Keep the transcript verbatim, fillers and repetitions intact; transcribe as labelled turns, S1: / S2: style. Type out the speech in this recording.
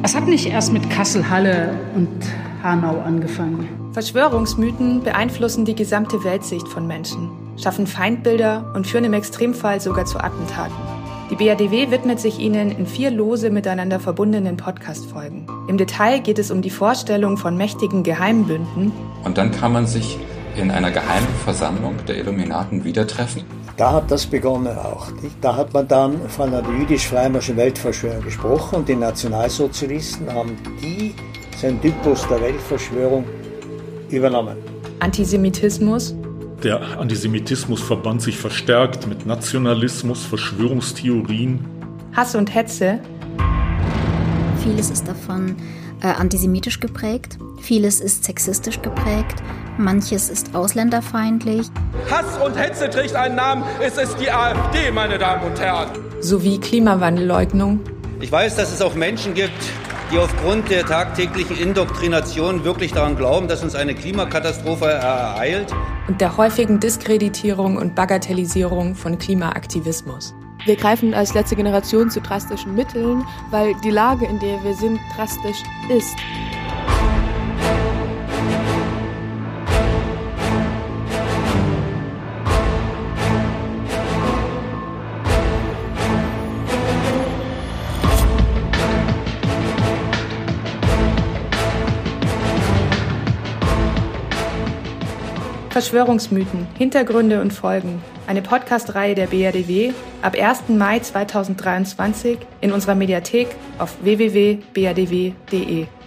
S1: Es hat nicht erst mit Kassel, Halle und Hanau angefangen.
S2: Verschwörungsmythen beeinflussen die gesamte Weltsicht von Menschen, schaffen Feindbilder und führen im Extremfall sogar zu Attentaten. Die B R D W widmet sich ihnen in vier lose miteinander verbundenen Podcast-Folgen. Im Detail geht es um die Vorstellung von mächtigen Geheimbünden.
S3: Und dann kann man sich in einer geheimen Versammlung der Illuminaten wieder treffen.
S4: Da hat das begonnen auch. Da hat man dann von einer jüdisch-freimaurischen Weltverschwörung gesprochen und die Nationalsozialisten haben diesen Typus der Weltverschwörung übernommen.
S2: Antisemitismus.
S5: Der Antisemitismus verband sich verstärkt mit Nationalismus, Verschwörungstheorien.
S2: Hass und Hetze.
S6: Vieles ist davon äh, antisemitisch geprägt, vieles ist sexistisch geprägt, manches ist ausländerfeindlich.
S7: Hass und Hetze trägt einen Namen, es ist die AfD, meine Damen und Herren.
S2: Sowie Klimawandelleugnung.
S8: Ich weiß, dass es auch Menschen gibt, die aufgrund der tagtäglichen Indoktrination wirklich daran glauben, dass uns eine Klimakatastrophe ereilt.
S2: Und der häufigen Diskreditierung und Bagatellisierung von Klimaaktivismus.
S9: Wir greifen als letzte Generation zu drastischen Mitteln, weil die Lage, in der wir sind, drastisch ist.
S2: Verschwörungsmythen, Hintergründe und Folgen. Eine Podcast-Reihe der B R D W ab ersten Mai zweitausenddreiundzwanzig in unserer Mediathek auf w w w punkt b r d w punkt d e.